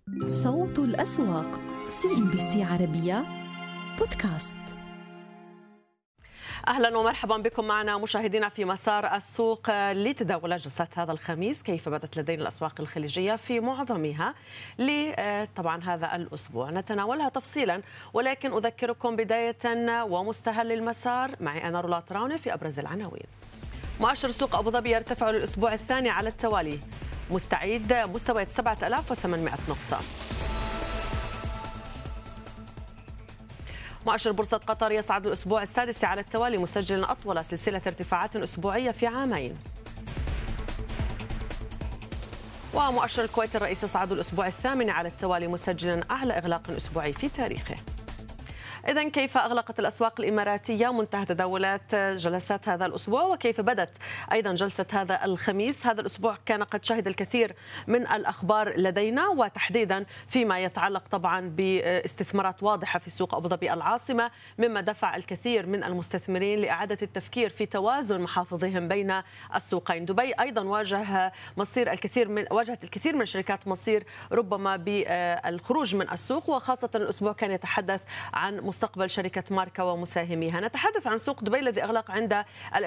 صوت الأسواق CNBC عربية بودكاست. أهلا ومرحبا بكم معنا مشاهدينا في مسار السوق لتداول جلسة هذا الخميس. كيف بدت لدينا الأسواق الخليجية في معظمها طبعا هذا الأسبوع نتناولها تفصيلا، ولكن أذكركم بداية ومستهل المسار معي أنا رولات راوني في أبرز العناوين. مؤشر سوق أبو ظبي يرتفع للأسبوع الثاني على التوالي، مستعيد مستويات 7800 نقطة. مؤشر بورصة قطر يصعد الأسبوع السادس على التوالي، مسجلا أطول سلسلة ارتفاعات أسبوعية في عامين. ومؤشر الكويت الرئيسي يصعد الأسبوع الثامن على التوالي، مسجلا أعلى إغلاق أسبوعي في تاريخه. إذن كيف أغلقت الأسواق الإماراتية منتهى تداولات جلسات هذا الأسبوع، وكيف بدت أيضا جلسة هذا الخميس؟ هذا الأسبوع كان قد شهد الكثير من الأخبار لدينا، وتحديدا فيما يتعلق طبعا باستثمارات واضحة في سوق أبو ظبي العاصمة، مما دفع الكثير من المستثمرين لإعادة التفكير في توازن محافظهم بين السوقين. دبي أيضا واجهت الكثير من شركات مصير ربما بالخروج من السوق، وخاصة الأسبوع كان يتحدث عن مستقبل شركة ماركا ومساهميها. نتحدث عن سوق دبي الذي أغلق عند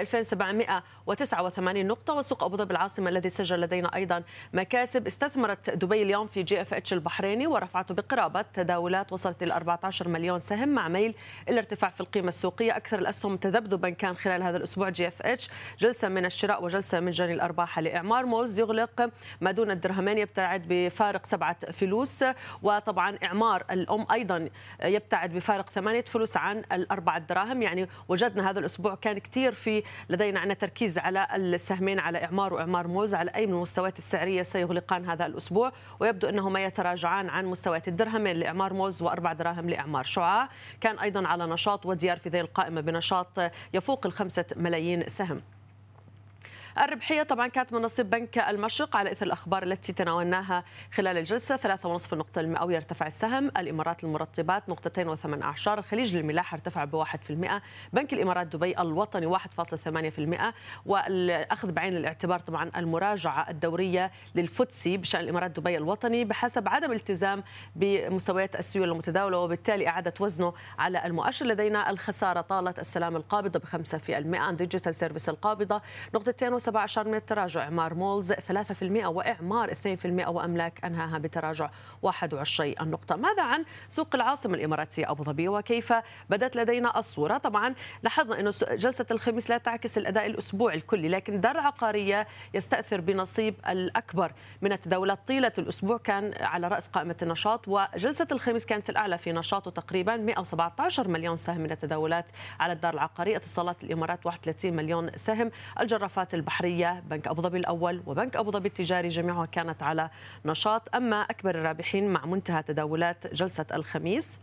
2789 نقطة، وسوق أبو ظبي العاصمة الذي سجل لدينا أيضا مكاسب. استثمرت دبي اليوم في GFH البحريني ورفعته بقرابة تداولات وصلت إلى 14 مليون سهم، مع ميل الارتفاع في القيمة السوقية. أكثر الأسهم تذبذبا كان خلال هذا الأسبوع GFH، جلسة من الشراء وجلسة من جني الأرباح لإعمار مولز يغلق ما دون الدرهمين، يبتعد بفارق 7 فلوس، وطبعا إعمار الأم أيضا يبتعد بفارق 8 فلوس عن ال4 دراهم. يعني وجدنا هذا الأسبوع كان كثير في لدينا عندنا تركيز على السهمين، على إعمار وإعمار موز، على أي من المستويات السعرية سيغلقان هذا الأسبوع، ويبدو أنهما يتراجعان عن مستويات الدرهمين لإعمار موز و4 دراهم لإعمار شعاع. كان أيضا على نشاط، وديار في ذي القائمة بنشاط يفوق 5 ملايين سهم. الربحية طبعا كانت من نصيب بنك المشرق على إثر الأخبار التي تناولناها خلال الجلسة. 3.5 نقطة المئوية ارتفع السهم. الإمارات المرطبات 2.18، الخليج للملاحة ارتفع ب1%، بنك الإمارات دبي الوطني 1.8%. والأخذ بعين الاعتبار طبعا المراجعة الدورية للفوتسي بشأن الإمارات دبي الوطني بحسب عدم الالتزام بمستويات السيولة المتداولة، وبالتالي إعادة وزنه على المؤشر. لدينا الخسارة طالت السلام القابضة ب5%، ديجيتال سيرفيس القابضة 2.17 من التراجع، إعمار مولز 3%، وإعمار 2%، وأملاك أنهاها بتراجع 21 النقطة. ماذا عن سوق العاصمة الإماراتية أبو ظبي وكيف بدت لدينا الصورة؟ طبعا لاحظنا أن جلسة الخميس لا تعكس الأداء الأسبوعي الكلي، لكن الدار العقارية يستأثر بنصيب الأكبر من التداولات طيلة الأسبوع، كان على رأس قائمة النشاط، وجلسة الخميس كانت الأعلى في نشاطه تقريبا 117 مليون سهم من التداولات على الدار العقارية. اتصالات الإمارات 31 مليون سهم. الجرافات البحرية، بنك أبو ظبي الأول وبنك أبو ظبي التجاري جميعها كانت على نشاط. أما أكبر الرابحين مع منتهى تداولات جلسة الخميس،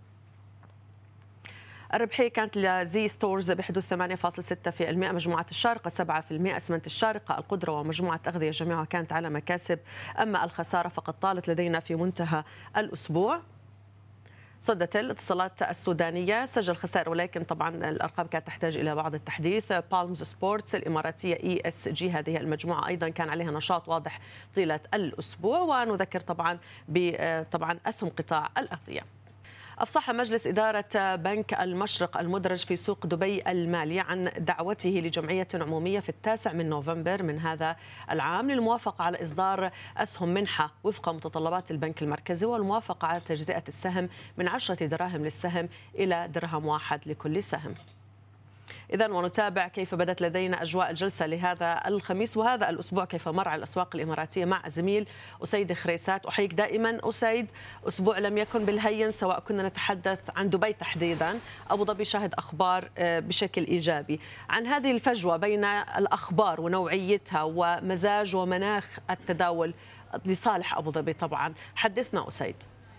الربحية كانت لزي ستورز بحدود 8.6%، مجموعة الشارقة 7%، أسمنت الشارقة، القدرة ومجموعة أغذية جميعها كانت على مكاسب. أما الخسارة فقد طالت لدينا في منتهى الأسبوع. سوداتيل الاتصالات السودانية سجل خسائر، ولكن طبعا الأرقام كانت تحتاج إلى بعض التحديث. بالمز سبورتس الإماراتية ESG، هذه المجموعة أيضا كان عليها نشاط واضح طيلة الأسبوع. ونذكر طبعا أسهم قطاع الأغذية. أفصح مجلس إدارة بنك المشرق المدرج في سوق دبي المالي عن دعوته لجمعية عمومية في 9 من نوفمبر من هذا العام للموافقة على إصدار أسهم منحة وفق متطلبات البنك المركزي، والموافقة على تجزئة السهم من 10 دراهم للسهم إلى درهم واحد لكل سهم. إذن ونتابع كيف بدت لدينا أجواء الجلسة لهذا الخميس وهذا الأسبوع، كيف مر على الأسواق الإماراتية مع زميل أسيد خريسات. أحييك دائما أسيد. أسبوع لم يكن بالهين، سواء كنا نتحدث عن دبي تحديدا، أبو ظبي شهد أخبار بشكل إيجابي. عن هذه الفجوة بين الأخبار ونوعيتها ومزاج ومناخ التداول لصالح أبو ظبي، طبعا حدثنا أسيد.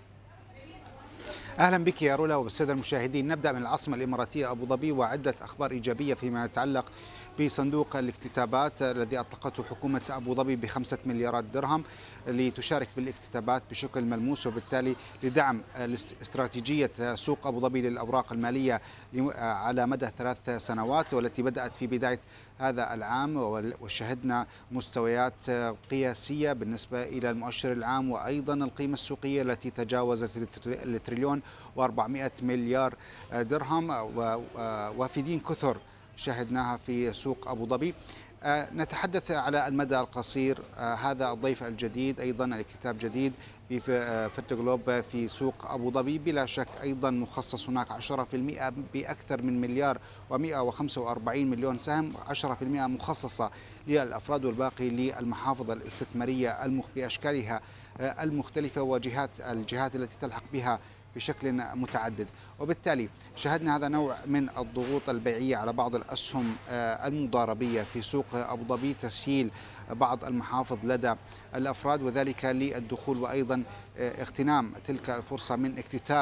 أهلا بك يا رولا وبالسادة المشاهدين. نبدأ من العاصمة الإماراتية أبو ظبي وعدة أخبار إيجابية فيما يتعلق بصندوق الاكتتابات الذي أطلقته حكومة أبو ظبي ب5 مليارات درهم لتشارك بالاكتتابات بشكل ملموس، وبالتالي لدعم استراتيجية سوق أبو ظبي للأوراق المالية على مدى 3 سنوات، والتي بدأت في بداية هذا العام، وشهدنا مستويات قياسية بالنسبة إلى المؤشر العام وأيضا القيمة السوقية التي تجاوزت التريليون و400 مليار درهم، وافدين كثر شاهدناها في سوق أبو ظبي. نتحدث على المدى القصير. هذا الضيف الجديد أيضا الاكتتاب جديد في فوتوغلوب في سوق أبو ظبي، بلا شك أيضا مخصص هناك 10% بأكثر من مليار و145 مليون سهم، 10% مخصصة للأفراد والباقي للمحافظ الاستثمارية بأشكالها المختلفة والجهات التي تلحق بها بشكل متعدد. وبالتالي شهدنا هذا نوع من الضغوط البيعية على بعض الأسهم المضاربية في سوق أبو ظبي، تسهيل بعض المحافظ لدى الأفراد، وذلك للدخول وأيضا اغتنام تلك الفرصة من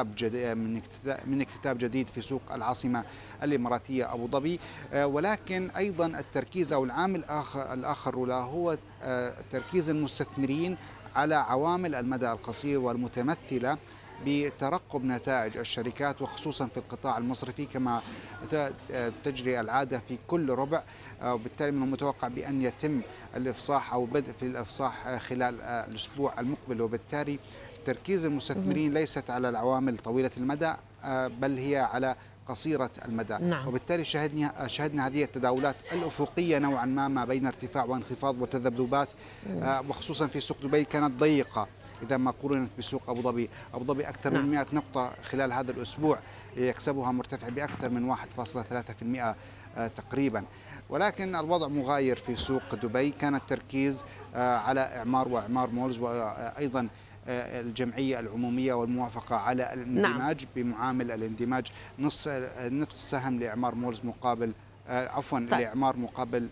اكتتاب جديد في سوق العاصمة الإماراتية أبو ظبي. ولكن أيضا التركيز أو العامل الآخر هو تركيز المستثمرين على عوامل المدى القصير والمتمثلة بترقب نتائج الشركات، وخصوصا في القطاع المصرفي كما تجري العادة في كل ربع. وبالتالي من المتوقع بأن يتم الإفصاح أو بدء في الإفصاح خلال الأسبوع المقبل، وبالتالي تركيز المستثمرين ليست على العوامل طويلة المدى بل هي على قصيرة المدى. نعم. وبالتالي شهدنا هذه التداولات الأفقية نوعا ما بين ارتفاع وانخفاض وتذبذبات، وخصوصا في سوق دبي كانت ضيقة إذا ما قورنت بسوق أبو ظبي. أبو ظبي أكثر من 100 نقطة خلال هذا الأسبوع يكسبها مرتفع بأكثر من 1.3% تقريبا. ولكن الوضع مغاير في سوق دبي، كان التركيز على إعمار وإعمار مولز، وأيضا الجمعية العمومية والموافقة على الاندماج. نعم. بمعامل الاندماج نصف سهم لإعمار مولز مقابل لإعمار مقابل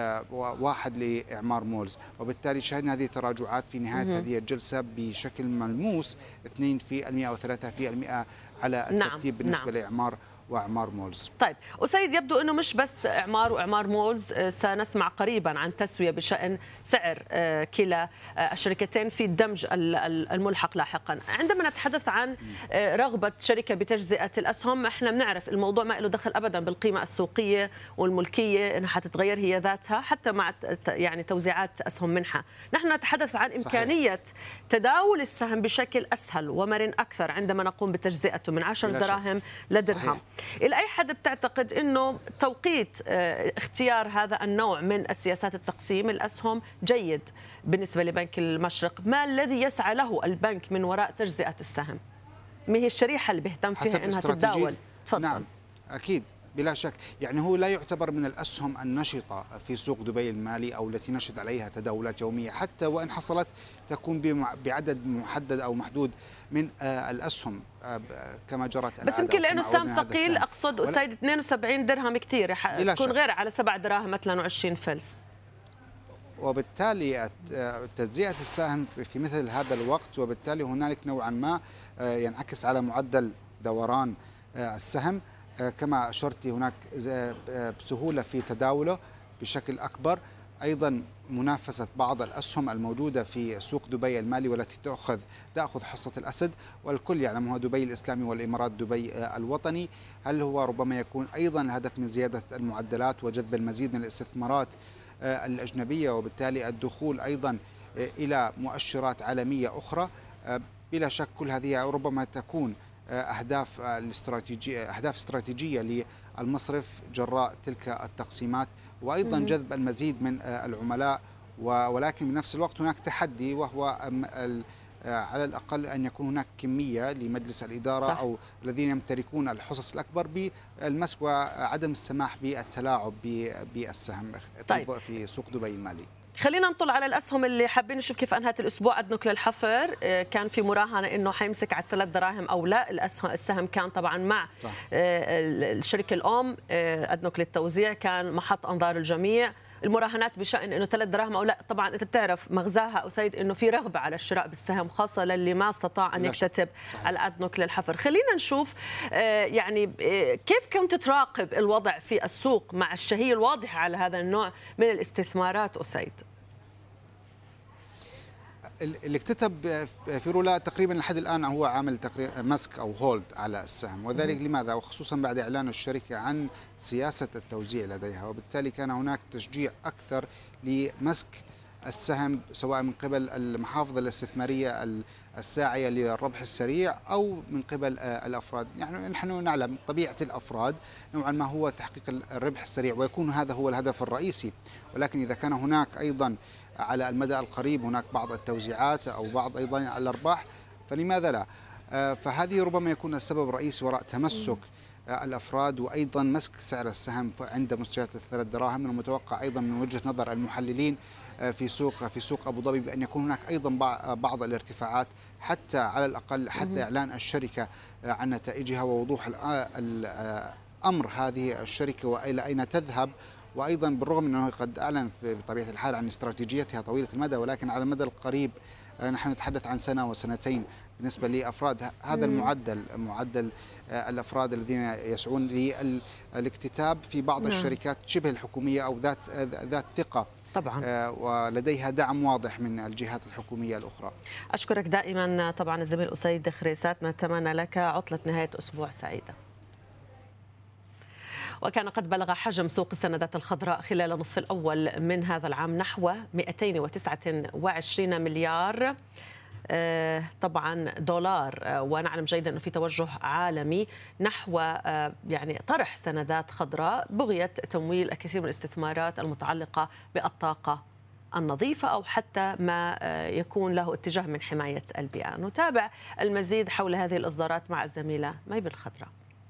1 لإعمار مولز. وبالتالي شهدنا هذه التراجعات في نهاية هذه الجلسة بشكل ملموس، 2% و3% على الترتيب. نعم. بالنسبة لإعمار وإعمار مولز. طيب أسيد، يبدو أنه مش بس إعمار وإعمار مولز، سنسمع قريبا عن تسوية بشأن سعر كلا الشركتين في الدمج الملحق لاحقا. عندما نتحدث عن رغبة شركة بتجزئة الأسهم، احنا بنعرف الموضوع ما له دخل أبدا بالقيمة السوقية والملكية إنها حتتغير هي ذاتها حتى مع يعني توزيعات أسهم منحة. نحن نتحدث عن إمكانية تداول السهم بشكل أسهل ومرن أكثر عندما نقوم بتجزئته من 10 دراهم لدرهم. إلى أي حد بتعتقد أنه توقيت اختيار هذا النوع من السياسات التقسيم الأسهم جيد بالنسبة لبنك المشرق؟ ما الذي يسعى له البنك من وراء تجزئة السهم؟ ما هي الشريحة اللي بيهتم فيها أنها تتداول؟ تفضل. نعم أكيد بلا شك. يعني هو لا يعتبر من الأسهم النشطة في سوق دبي المالي أو التي نشط عليها تداولات يومية، حتى وإن حصلت تكون بعدد محدد أو محدود من الأسهم كما جرت. بس يمكن لأنه السهم ثقيل، أقصد أسيد 72 درهم كثير، تكون غير على 7 دراهم مثلا و20 فلس. وبالتالي تجزئة السهم في مثل هذا الوقت، وبالتالي هنالك نوعا ما ينعكس على معدل دوران السهم. كما أشرت هناك سهولة في تداوله بشكل أكبر، أيضا منافسة بعض الأسهم الموجودة في سوق دبي المالي والتي تأخذ حصة الأسد، والكل يعلم هو دبي الإسلامي والإمارات دبي الوطني. هل هو ربما يكون أيضا الهدف من زيادة المعدلات وجذب المزيد من الاستثمارات الأجنبية، وبالتالي الدخول أيضا إلى مؤشرات عالمية أخرى؟ بلا شك كل هذه ربما تكون أهداف استراتيجية للمصرف جراء تلك التقسيمات، وأيضا جذب المزيد من العملاء. ولكن بنفس الوقت هناك تحدي، وهو على الأقل أن يكون هناك كمية لمجلس الإدارة صح. أو الذين يمتلكون الحصص الأكبر بالمسك وعدم السماح بالتلاعب بالسهم. طيب. في سوق دبي المالي. خلينا نطل على الأسهم اللي حابين نشوف كيف أنهت الأسبوع. أدنوك للحفر كان في مراهنة إنه حيمسك على 3 دراهم أو لا. السهم كان طبعا مع الشركة الأم. أدنوك للتوزيع كان محط أنظار الجميع، المراهنات بشان انه 3 دراهم او لا. طبعا انت بتعرف مغزاها اسيد انه في رغبه على الشراء بالسهم، خاصه للي ما استطاع ان يكتتب الادنوك للحفر. خلينا نشوف يعني كيف كنت تراقب الوضع في السوق مع الشهيه الواضحه على هذا النوع من الاستثمارات اسيد؟ اللي اكتتب في رولا تقريبا لحد الان هو عامل تقريبا مسك او هولد على السهم، وذلك لماذا؟ وخصوصا بعد اعلان الشركه عن سياسه التوزيع لديها، وبالتالي كان هناك تشجيع اكثر لمسك السهم سواء من قبل المحافظ الاستثماريه الساعيه للربح السريع او من قبل الافراد. يعني نحن نعلم طبيعه الافراد نوعا ما هو تحقيق الربح السريع، ويكون هذا هو الهدف الرئيسي، ولكن اذا كان هناك ايضا على المدى القريب هناك بعض التوزيعات أو بعض أيضا الأرباح فلماذا لا؟ فهذه ربما يكون السبب الرئيسي وراء تمسك الأفراد، وأيضا مسك سعر السهم عند مستويات 3 دراهم. من المتوقع أيضا من وجهة نظر المحللين في سوق أبو ظبي بأن يكون هناك أيضا بعض الارتفاعات حتى على الأقل حتى إعلان الشركة عن نتائجها ووضوح أمر هذه الشركة وإلى أين تذهب. وايضا بالرغم انه قد اعلنت بطبيعه الحال عن استراتيجيتها طويله المدى، ولكن على المدى القريب نحن نتحدث عن سنه وسنتين بالنسبه لافراد هذا معدل الافراد الذين يسعون للاكتتاب في بعض الشركات شبه الحكوميه او ذات ثقه طبعا ولديها دعم واضح من الجهات الحكوميه الاخرى. اشكرك دائما طبعا الزميل اسيد خريسات، نتمنى لك عطله نهايه اسبوع سعيده. وكان قد بلغ حجم سوق السندات الخضراء خلال النصف الأول من هذا العام نحو 229 مليار طبعا دولار، ونعلم جيدا أنه في توجه عالمي نحو يعني طرح سندات خضراء بغية تمويل الكثير من الاستثمارات المتعلقة بالطاقة النظيفة أو حتى ما يكون له اتجاه من حماية البيئة. نتابع المزيد حول هذه الإصدارات مع الزميلة ميبل الخضراء.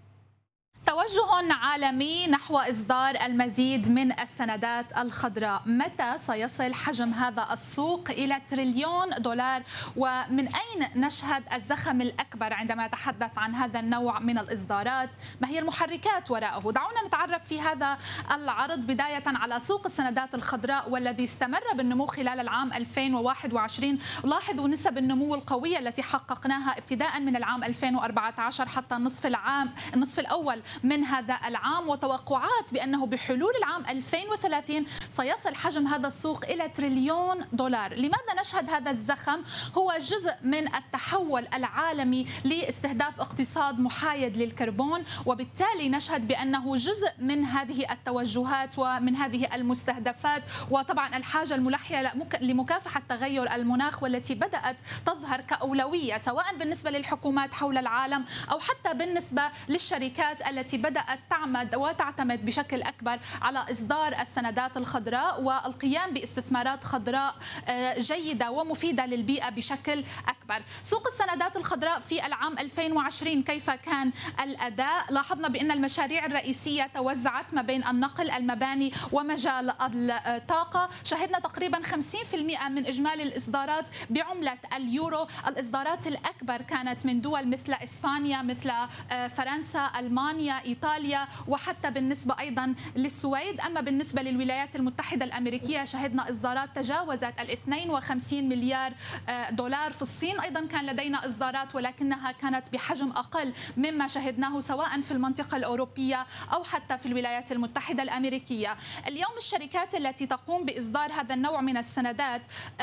توجه عالمي نحو إصدار المزيد من السندات الخضراء. متى سيصل حجم هذا السوق إلى تريليون دولار؟ ومن أين نشهد الزخم الأكبر عندما نتحدث عن هذا النوع من الإصدارات؟ ما هي المحركات وراءه؟ دعونا نتعرف في هذا العرض بداية على سوق السندات الخضراء والذي استمر بالنمو خلال العام 2021. لاحظوا نسب النمو القوية التي حققناها ابتداء من العام 2014 حتى النصف الأول من هذا العام، وتوقعات بأنه بحلول العام 2030 سيصل حجم هذا السوق إلى تريليون دولار. لماذا نشهد هذا الزخم؟ هو جزء من التحول العالمي لاستهداف اقتصاد محايد للكربون، وبالتالي نشهد بأنه جزء من هذه التوجهات ومن هذه المستهدفات، وطبعا الحاجة الملحية لمكافحة تغير المناخ والتي بدأت تظهر كأولوية سواء بالنسبة للحكومات حول العالم أو حتى بالنسبة للشركات التي بدأت تعمد وتعتمد بشكل أكبر على إصدار السندات الخضراء والقيام باستثمارات خضراء جيدة ومفيدة للبيئة بشكل أكبر. سوق السندات الخضراء في العام 2020 كيف كان الأداء؟ لاحظنا بأن المشاريع الرئيسية توزعت ما بين النقل، المباني ومجال الطاقة. شهدنا تقريبا 50% من إجمالي الإصدارات بعملة اليورو. الإصدارات الأكبر كانت من دول مثل إسبانيا، مثل فرنسا، ألمانيا، إيطاليا، وحتى بالنسبة أيضا للسويد. أما بالنسبة للولايات المتحدة الأمريكية شهدنا إصدارات تجاوزت 52 مليار دولار. في الصين أيضا كان لدينا إصدارات ولكنها كانت بحجم أقل مما شهدناه سواء في المنطقة الأوروبية أو حتى في الولايات المتحدة الأمريكية. اليوم الشركات التي تقوم بإصدار هذا النوع من السندات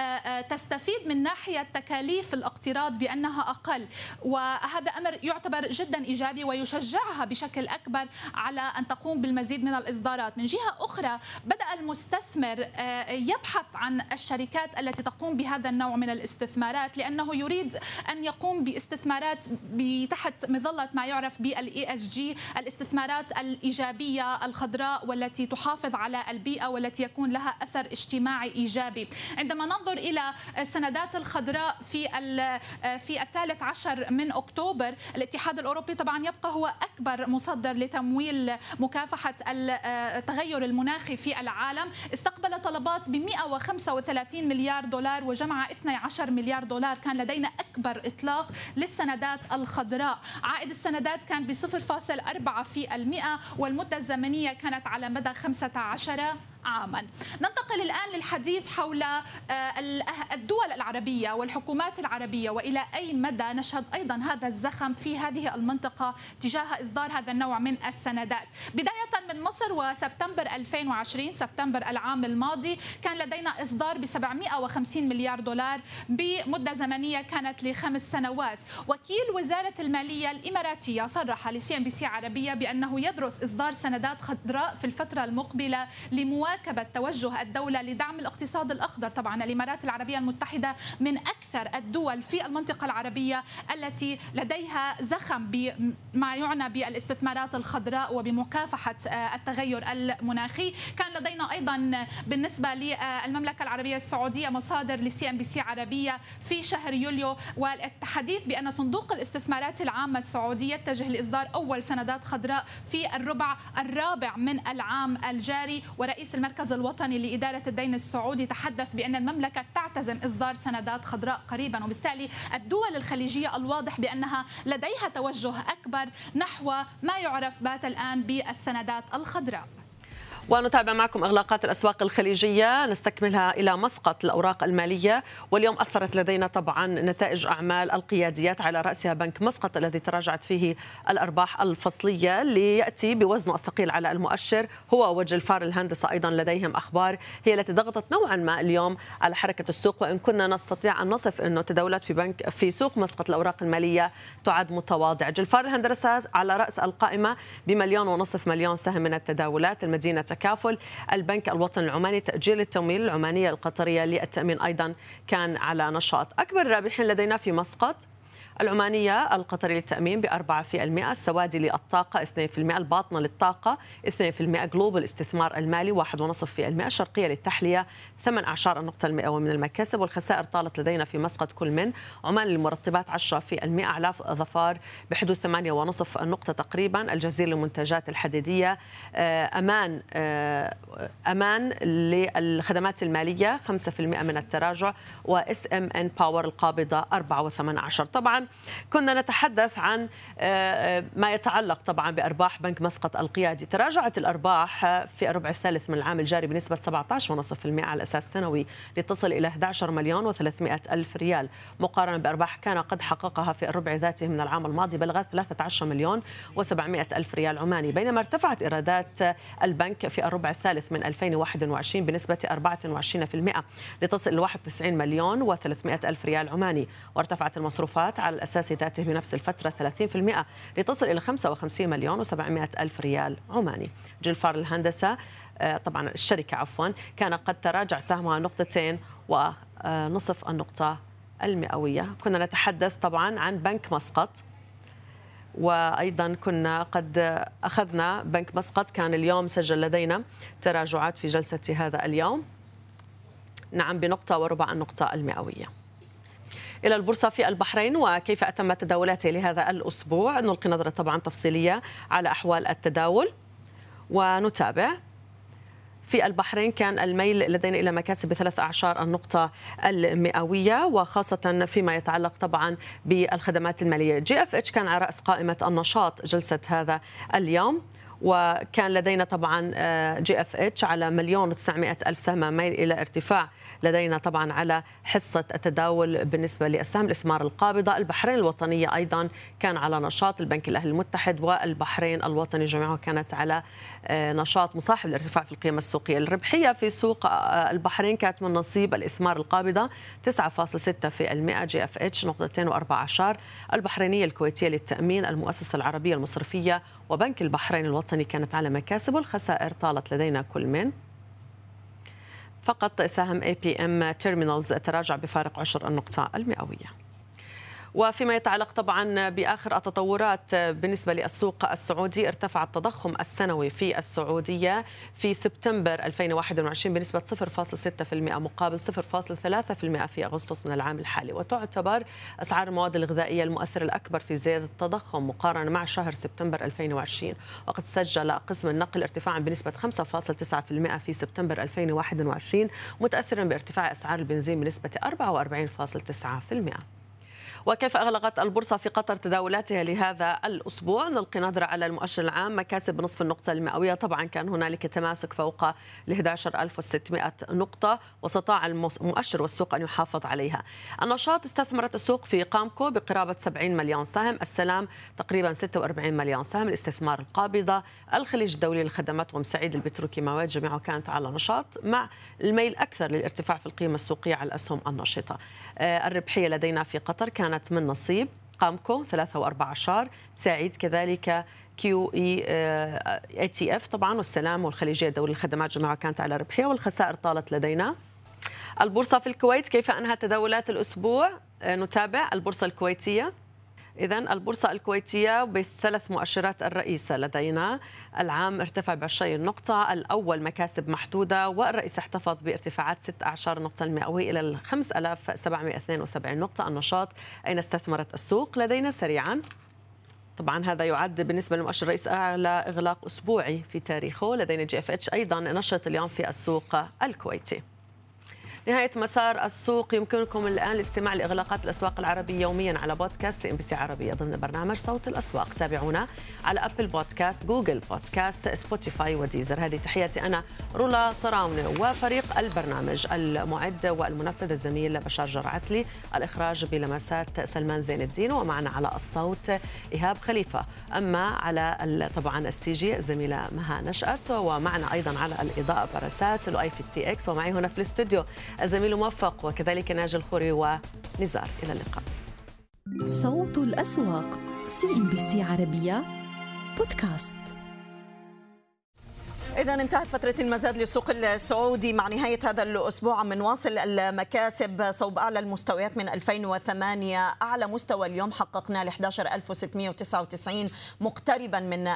تستفيد من ناحية تكاليف الاقتراض بأنها أقل، وهذا أمر يعتبر جدا إيجابي ويشجعها بشكل أكبر على أن تقوم بالمزيد من الإصدارات. من جهة أخرى بدأ المستثمر يبحث عن الشركات التي تقوم بهذا النوع من الاستثمارات لأنه يريد أن يقوم باستثمارات تحت مظلة ما يعرف بالESG، الاستثمارات الإيجابية الخضراء والتي تحافظ على البيئة والتي يكون لها أثر اجتماعي إيجابي. عندما ننظر إلى السندات الخضراء في 13 من أكتوبر، الاتحاد الأوروبي طبعا يبقى هو أكبر مصدر لتمويل مكافحة التغير المناخي في العالم، استقبل طلبات ب 135 مليار دولار وجمع 12 مليار دولار. كان لدينا أكبر إطلاق للسندات الخضراء. عائد السندات كان ب 0.4% والمدة الزمنية كانت على مدى 15 عاما. ننتقل الآن للحديث حول الدول العربية والحكومات العربية، وإلى أي مدى نشهد أيضا هذا الزخم في هذه المنطقة تجاه إصدار هذا النوع من السندات. بداية من مصر، وسبتمبر 2020 سبتمبر العام الماضي كان لدينا إصدار ب 750 مليار دولار بمدة زمنية كانت ل5 سنوات. وكيل وزارة المالية الإماراتية صرح لCNBC عربية بأنه يدرس إصدار سندات خضراء في الفترة المقبلة لمواكبة توجه الدولة لدعم الاقتصاد الأخضر. طبعا الإمارات العربية المتحدة من أكثر الدول في المنطقة العربية التي لديها زخم بما يعنى بالاستثمارات الخضراء وبمكافحة التغير المناخي. كان لدينا أيضا بالنسبة للمملكة العربية السعودية مصادر لCNBC عربية في شهر يوليو، والحديث بأن صندوق الاستثمارات العامة السعودي يتجه لإصدار أول سندات خضراء في الربع الرابع من العام الجاري. ورئيس المركز الوطني لإدارة الدين السعودي تحدث بأن المملكة تعتزم إصدار سندات خضراء قريبا. وبالتالي الدول الخليجية الواضح بأنها لديها توجه أكبر نحو ما يعرف بات الآن بالسندات الخضراء. ونتابع معكم إغلاقات الأسواق الخليجية، نستكملها إلى مسقط الأوراق المالية. واليوم أثرت لدينا طبعا نتائج أعمال القياديات، على رأسها بنك مسقط الذي تراجعت فيه الأرباح الفصلية ليأتي بوزنه الثقيل على المؤشر. هو وجلفار الهندسة أيضا لديهم أخبار هي التي ضغطت نوعا ما اليوم على حركة السوق، وإن كنا نستطيع أن نصف أنه تداولات في سوق مسقط الأوراق المالية تعد متواضعة. جلفار الهندسة على رأس القائمة ب1.5 مليون سهم من التداولات. المدينة تكافل، البنك الوطني العماني، تأجير التمويل، العمانية القطرية للتأمين أيضا كان على نشاط. أكبر الرابحين لدينا في مسقط العمانية القطرية للتأمين ب4%، السوادي للطاقة 2%، الباطنة للطاقة 2%، جلوبال الاستثمار المالي 1.5%، الشرقية للتحلية 18 النقطة المئوية من المكاسب. والخسائر طالت لدينا في مسقط كل من عمان للمرطبات 10%، أعلاف ظفار بحدود 8.5 النقطة تقريبا، الجزيرة للمنتجات الحديدية، أمان للخدمات المالية 5% من التراجع، وSMN باور القابضة 4.18. طبعا كنا نتحدث عن ما يتعلق طبعا بأرباح بنك مسقط القيادي. تراجعت الأرباح في الربع الثالث من العام الجاري بنسبة 17.5% على أساس سنوي لتصل إلى 11,300,000 ريال، مقارنة بأرباح كان قد حققها في الربع ذاته من العام الماضي بلغت 13,700,000 ريال عماني. بينما ارتفعت إيرادات البنك في الربع الثالث من 2021 بنسبة 24% لتصل إلى 91,300,000 ريال عماني، وارتفعت المصروفات على الأساس ذاته بنفس الفترة 30% لتصل إلى 55,700,000 ريال عماني. جلفار الهندسة طبعا الشركة كان قد تراجع سهمها 2.5 النقطة المئوية. كنا نتحدث طبعا عن بنك مسقط، وأيضا كنا قد أخذنا بنك مسقط كان اليوم سجل لدينا تراجعات في جلسة هذا اليوم، نعم ب1.25 النقطة المئوية. إلى البورصة في البحرين وكيف أتمت تداولاته لهذا الأسبوع، نلقي نظرة طبعا تفصيلية على أحوال التداول ونتابع. في البحرين كان الميل لدينا إلى مكاسب ب13 النقطة المئوية، وخاصة فيما يتعلق طبعا بالخدمات المالية. GFH كان على رأس قائمة النشاط جلسة هذا اليوم، وكان لدينا طبعا GFH على 1,900,000 سهم، ميل إلى ارتفاع لدينا طبعا على حصة التداول بالنسبة لأسهم الإثمار القابضة. البحرين الوطنية أيضا كان على نشاط، البنك الأهلي المتحد والبحرين الوطني جميعها كانت على نشاط مصاحب الارتفاع في القيمة السوقية. الربحية في سوق البحرين كانت من نصيب الإثمار القابضة 9.6%، GFH 2.14، البحرينية الكويتية للتأمين، المؤسسة العربية المصرفية وبنك البحرين الوطني كانت على مكاسب. والخسائر طالت لدينا كل من فقط سهم APM Terminals تراجع بفارق 10 النقطة المئوية. وفيما يتعلق طبعا بآخر التطورات بالنسبة للسوق السعودي، ارتفع التضخم السنوي في السعودية في سبتمبر 2021 بنسبة 0.6% مقابل 0.3% في أغسطس من العام الحالي، وتعتبر أسعار المواد الغذائية المؤثر الأكبر في زيادة التضخم مقارنة مع شهر سبتمبر 2020. وقد سجل قسم النقل ارتفاعا بنسبة 5.9% في سبتمبر 2021 متأثرا بارتفاع أسعار البنزين بنسبة 44.9%. وكيف أغلقت البورصة في قطر تداولاتها لهذا الأسبوع؟ نلقي نظرة على المؤشر العام، مكاسب بنصف النقطة المئوية. طبعا كان هنالك تماسك فوق ال 11600 نقطة، واستطاع المؤشر والسوق أن يحافظ عليها. النشاط استثمرت السوق في قامكو بقرابة 70 مليون سهم، السلام تقريبا 46 مليون سهم، الاستثمار القابضة، الخليج الدولي للخدمات ومساعيد البتروكيماويات جميعها كانت على نشاط، مع الميل أكثر للارتفاع في القيمة السوقية على الأسهم النشطة. الربحية لدينا في قطر كانت من نصيب قامكو 3.14، سعيد كذلك QE طبعا، والسلام والخليجية الدولية للخدمات جميعها كانت على ربحية، والخسائر طالت لدينا. البورصة في الكويت كيف أنهت تداولات الأسبوع؟ نتابع البورصة الكويتية. إذن البورصة الكويتية بالثلاث مؤشرات الرئيسة لدينا، العام ارتفع ب20 نقطة، الأول مكاسب محدودة، والرئيس احتفظ بارتفاعات 16 نقطة المئوية إلى 5772 نقطة. النشاط أين استثمرت السوق لدينا سريعا؟ طبعا هذا يعد بالنسبة للمؤشر الرئيس أعلى إغلاق أسبوعي في تاريخه. لدينا GFH أيضا نشط اليوم في السوق الكويتي. نهاية مسار السوق. يمكنكم الآن الاستماع لإغلاقات الأسواق العربية يوميا على بودكاست CNBC عربية ضمن برنامج صوت الأسواق. تابعونا على أبل بودكاست، جوجل بودكاست، سبوتيفاي وديزر. هذه تحياتي أنا رولا طراونة وفريق البرنامج، المعد والمنفذ الزميل بشار جرعتلي، الإخراج بلمسات سلمان زين الدين، ومعنا على الصوت إيهاب خليفة. أما على طبعا السيجي الزميلة مها نشأت، ومعنا أيضا على الإضاءة برسات لؤي في TX، ومعي هنا في الاستوديو الزميل موفق وكذلك ناجي الخوري ونزار. إلى اللقاء. صوت الأسواق CNBC عربية بودكاست. إذا انتهت فترة المزاد للسوق السعودي مع نهاية هذا الأسبوع. من واصل المكاسب صوب أعلى المستويات من 2008. أعلى مستوى اليوم حققنا ل 11699 مقتربا من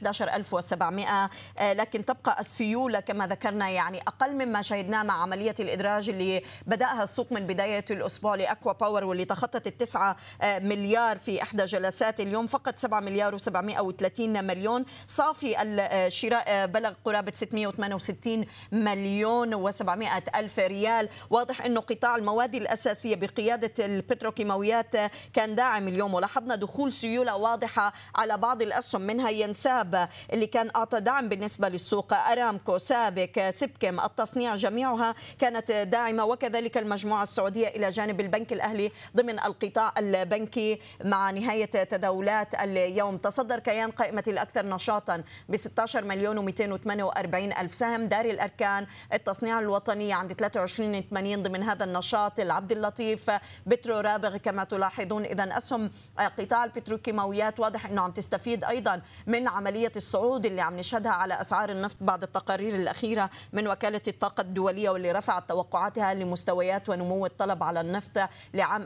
11700، لكن تبقى السيولة كما ذكرنا يعني أقل مما شهدناه مع عملية الإدراج اللي بدأها السوق من بداية الأسبوع لأكوا باور، واللي تخطت 9 مليار في إحدى جلسات. اليوم فقط 7 مليار و730 مليون. صافي الشراء بلغ قرابة 668 مليون و700 ألف ريال. واضح أنه قطاع المواد الأساسية بقيادة البتروكيماويات كان داعم اليوم، ولاحظنا دخول سيولة واضحة على بعض الأسهم، منها ينساب اللي كان أعطى دعم بالنسبة للسوق، أرامكو، سابك، سبكم، التصنيع جميعها كانت داعمة، وكذلك المجموعة السعودية إلى جانب البنك الأهلي ضمن القطاع البنكي. مع نهاية تداولات اليوم تصدر كيان قائمة الأكثر نشاطا ب 16 مليون و248 ألف سهم. دار الأركان التصنيع الوطني عند 23.80 ضمن هذا النشاط. العبد اللطيف، بترو رابغ كما تلاحظون. إذا أسهم قطاع البتروكيماويات واضح أنه عم تستفيد أيضا من عملية الصعود اللي عم نشهدها على أسعار النفط بعد التقارير الأخيرة من وكالة الطاقة الدولية، واللي رفعت توقعاتها لمستويات ونمو الطلب على النفط لعام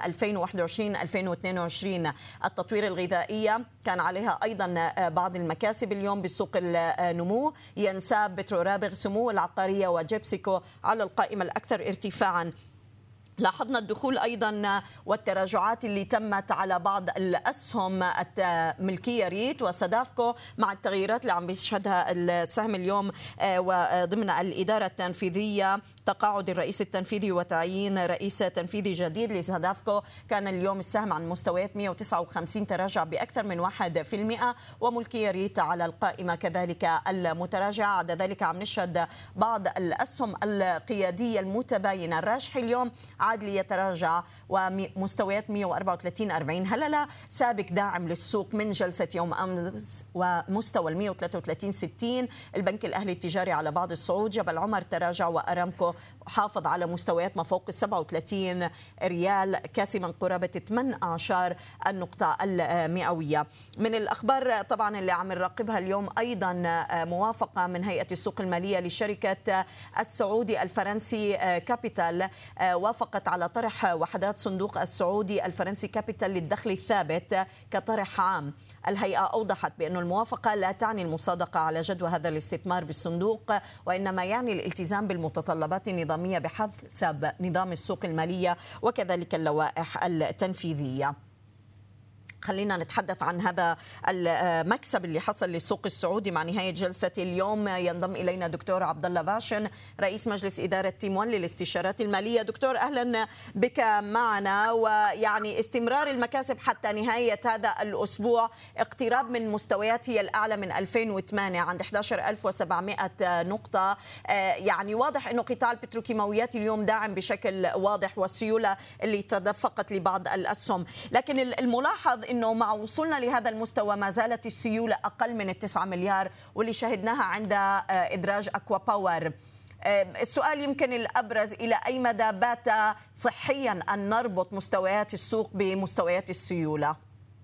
2021-2022. التطوير الغذائية كان عليها أيضا بعض المكاسب اليوم بالسوق النمو. ينساب، بترو رابغ، سمو العقارية وجيبسيكو على القائمة الأكثر ارتفاعا. لاحظنا الدخول أيضا والتراجعات اللي تمت على بعض الأسهم الملكية ريت وسدافكو مع التغييرات اللي عم بيشهدها السهم اليوم وضمن الإدارة التنفيذية. تقاعد الرئيس التنفيذي وتعيين رئيس تنفيذي جديد لسدافكو. كان اليوم السهم عن مستويات 159 تراجع بأكثر من 1%، وملكية ريت على القائمة كذلك المتراجعة. عدا ذلك عم نشهد بعض الأسهم القيادية المتباينة. الراجحي اليوم عاد ليتراجع ومستويات 134.40. هللا سابق داعم للسوق من جلسة يوم أمس ومستوى 133.60. البنك الأهلي التجاري على بعض الصعود. جبل عمر تراجع، وأرامكو حافظ على مستويات ما فوق 37 ريال كاسما قرابة 18 النقطة المئوية. من الأخبار طبعا اللي عم نراقبها اليوم أيضا موافقة من هيئة السوق المالية لشركة السعودي الفرنسي كابيتال، وافقت على طرح وحدات صندوق السعودي الفرنسي كابيتال للدخل الثابت كطرح عام. الهيئة أوضحت بأن الموافقة لا تعني المصادقة على جدوى هذا الاستثمار بالصندوق، وإنما يعني الالتزام بالمتطلبات النظامية بحسب نظام السوق المالية وكذلك اللوائح التنفيذية. خلينا نتحدث عن هذا المكسب اللي حصل للسوق السعودي مع نهاية جلسة اليوم. ينضم إلينا دكتور عبد الله باشن رئيس مجلس إدارة تيم 1 للاستشارات المالية. دكتور أهلا بك معنا. ويعني استمرار المكاسب حتى نهاية هذا الأسبوع، اقتراب من مستويات هي الأعلى من 2008 عند 11700 نقطة. يعني واضح أنه قطاع البتروكيماويات اليوم داعم بشكل واضح والسيولة اللي تدفقت لبعض الأسهم، لكن الملاحظ أنه مع وصولنا لهذا المستوى ما زالت السيولة أقل من 9 مليار واللي شهدناها عند إدراج أكوا باور. السؤال يمكن الأبرز، إلى أي مدى بات صحيا أن نربط مستويات السوق بمستويات السيولة؟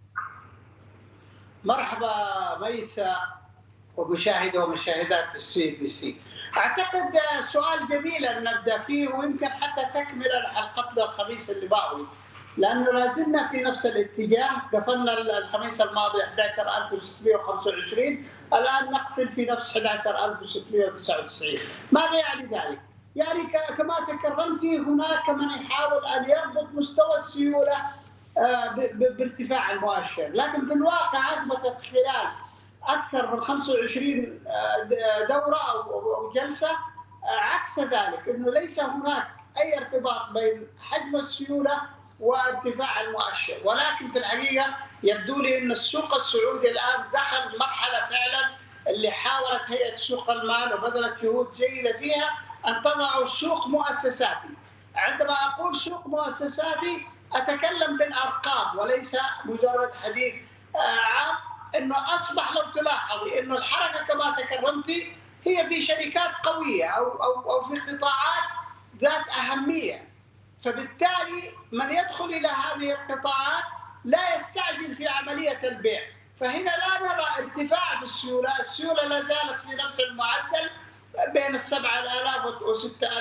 مرحبا ميسة ومشاهدي ومشاهدات CNBC. أعتقد سؤال جميل أن نبدأ فيه، ويمكن حتى تكمل حلقتنا الخميس اللي باقي، لأنه لازلنا في نفس الاتجاه. قفلنا الخميس الماضي 11625، الآن نقفل في نفس 11699. ماذا يعني ذلك؟ يعني كما تكرمتي هناك من يحاول أن يربط مستوى السيولة بارتفاع المؤشر، لكن في الواقع أثبتت خلال أكثر من 25 دورة أو جلسة عكس ذلك، أنه ليس هناك أي ارتباط بين حجم السيولة وارتفاع المؤشر. ولكن في الحقيقة يبدو لي أن السوق السعودي الآن دخل مرحلة فعلا اللي حاولت هيئة سوق المال وبذلت جهود جيدة فيها أن تضع سوق مؤسساتي. عندما أقول سوق مؤسساتي أتكلم بالأرقام وليس مجرد حديث عام. أنه أصبح لو تلاحظي أنه الحركة كما تكرمتي هي في شركات قوية أو في قطاعات ذات أهمية، فبالتالي من يدخل إلى هذه القطاعات لا يستعجل في عملية البيع. فهنا لا نرى ارتفاع في السيولة، السيولة لا زالت في نفس المعدل بين 7000 و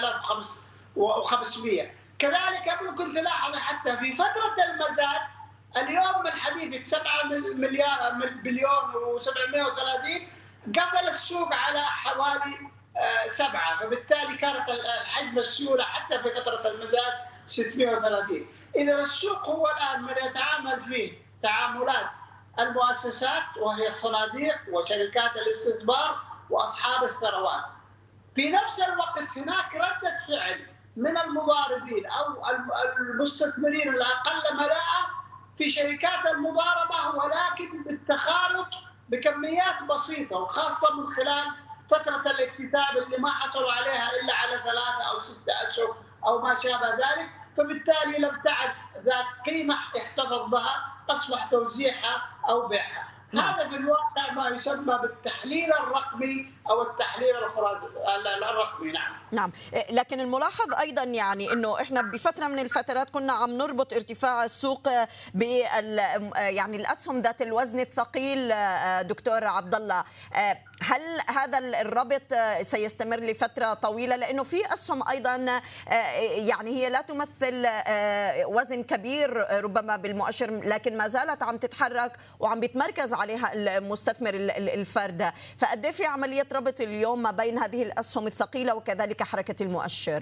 6500. كذلك ممكن تلاحظي حتى في فترة المزاد اليوم من حديث 7 بليون و730 قبل السوق على حوالي 7، فبالتالي كانت الحجم السيولة حتى في فترة المزاد 630. إذا السوق هو الآن من يتعامل فيه تعاملات المؤسسات وهي الصناديق وشركات الاستثمار وأصحاب الثروات. في نفس الوقت هناك ردة فعل من المضاربين أو المستثمرين الأقل ملاءة في شركات المضاربة، ولكن بالتخالط بكميات بسيطة، وخاصة من خلال فترة الاكتتاب اللي ما حصلوا عليها إلا على 3 أو 6 أشهر أو ما شابه ذلك، فبالتالي لم تعد ذات قيمة يحتفظ بها، أصبح توزيعها أو بيعها. هذا في الواقع ما يسمى بالتحليل الرقمي أو التحليل الرقمي. نعم، لكن الملاحظ أيضا يعني أنه إحنا بفترة من الفترات كنا عم نربط ارتفاع السوق يعني الأسهم ذات الوزن الثقيل. دكتور عبد الله، هل هذا الربط سيستمر لفترة طويلة؟ لأنه في أسهم أيضا يعني هي لا تمثل وزن كبير ربما بالمؤشر، لكن ما زالت عم تتحرك وعم بيتمركز عليها المستثمر الفرد. فقد في عملية ربط اليوم ما بين هذه الأسهم الثقيلة وكذلك حركة المؤشر؟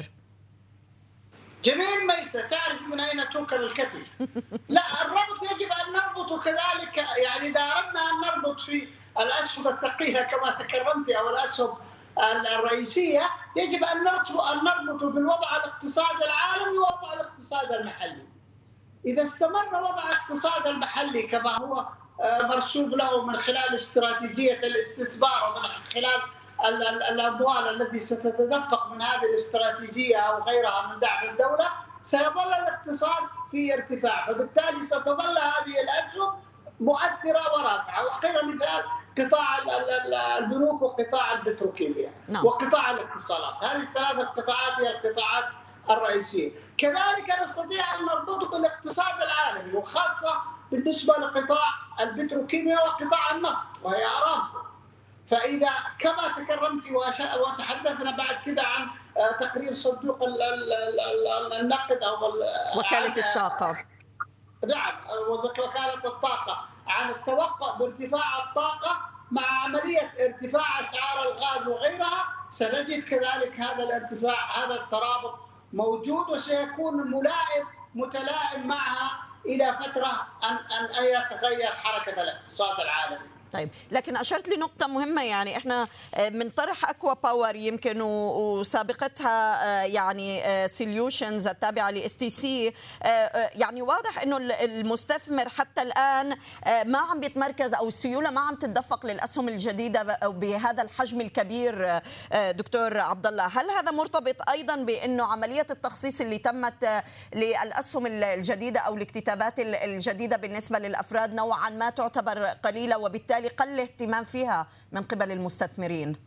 جميل ميسة، تعرف من أين توكل الكتف. لا، الربط يجب أن نربطه كذلك. يعني إذا أردنا أن نربط في الأسهم الثقيلة كما تكرمتي أو الأسهم الرئيسية، يجب أن نربطه بالوضع الاقتصادي العالمي ووضع الاقتصاد المحلي. إذا استمر وضع الاقتصاد المحلي كما هو مرسوم له من خلال استراتيجية الاستثمار ومن خلال الأموال التي ستتدفق من هذه الاستراتيجية أو غيرها من دعم الدولة، سيظل الاقتصاد في ارتفاع، فبالتالي ستظل هذه الأسهم مؤثرة ورافعة. وخير مثال قطاع البنوك وقطاع البتروكيمياء وقطاع الاتصالات. هذه الثلاث القطاعات هي القطاعات الرئيسية. كذلك نستطيع أن نربطه بالاقتصاد العالمي، وخاصة بالنسبة لقطاع البتروكيمياء وقطاع النفط وهي أرامكو. فإذا كما تكرمتي وتحدثنا بعد كده عن تقرير صندوق النقد أو وكالة الطاقة. نعم، وكالة الطاقة عن التوقع بارتفاع الطاقة مع عملية ارتفاع أسعار الغاز وغيرها، سنجد كذلك هذا الارتفاع، هذا الترابط موجود وسيكون متلائم معها الى فتره ان يتغير حركه الاقتصاد العالمي. طيب، لكن أشرت لنقطة مهمة، يعني إحنا من طرح أكوا باور يمكن وسابقتها يعني سوليوشنز التابعة ل STC، يعني واضح إنه المستثمر حتى الآن ما عم بيتمركز، أو السيولة ما عم تتدفق للأسهم الجديدة بهذا الحجم الكبير. دكتور عبد الله، هل هذا مرتبط أيضا بأنه عملية التخصيص اللي تمت للأسهم الجديدة أو الاكتتابات الجديدة بالنسبة للأفراد نوعا ما تعتبر قليلة، وبالتالي قل اهتمام فيها من قبل المستثمرين؟